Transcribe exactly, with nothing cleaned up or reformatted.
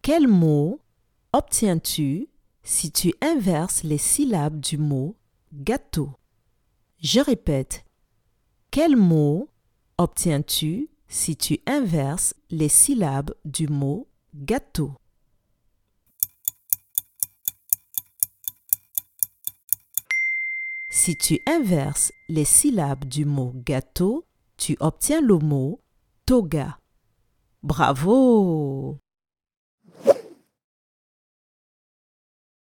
Quel mot obtiens-tu si tu inverses les syllabes du mot gâteau? Je répète. Quel mot obtiens-tu si tu inverses les syllabes du mot gâteau? Si tu inverses les syllabes du mot gâteau, tu obtiens le mot toga. Bravo!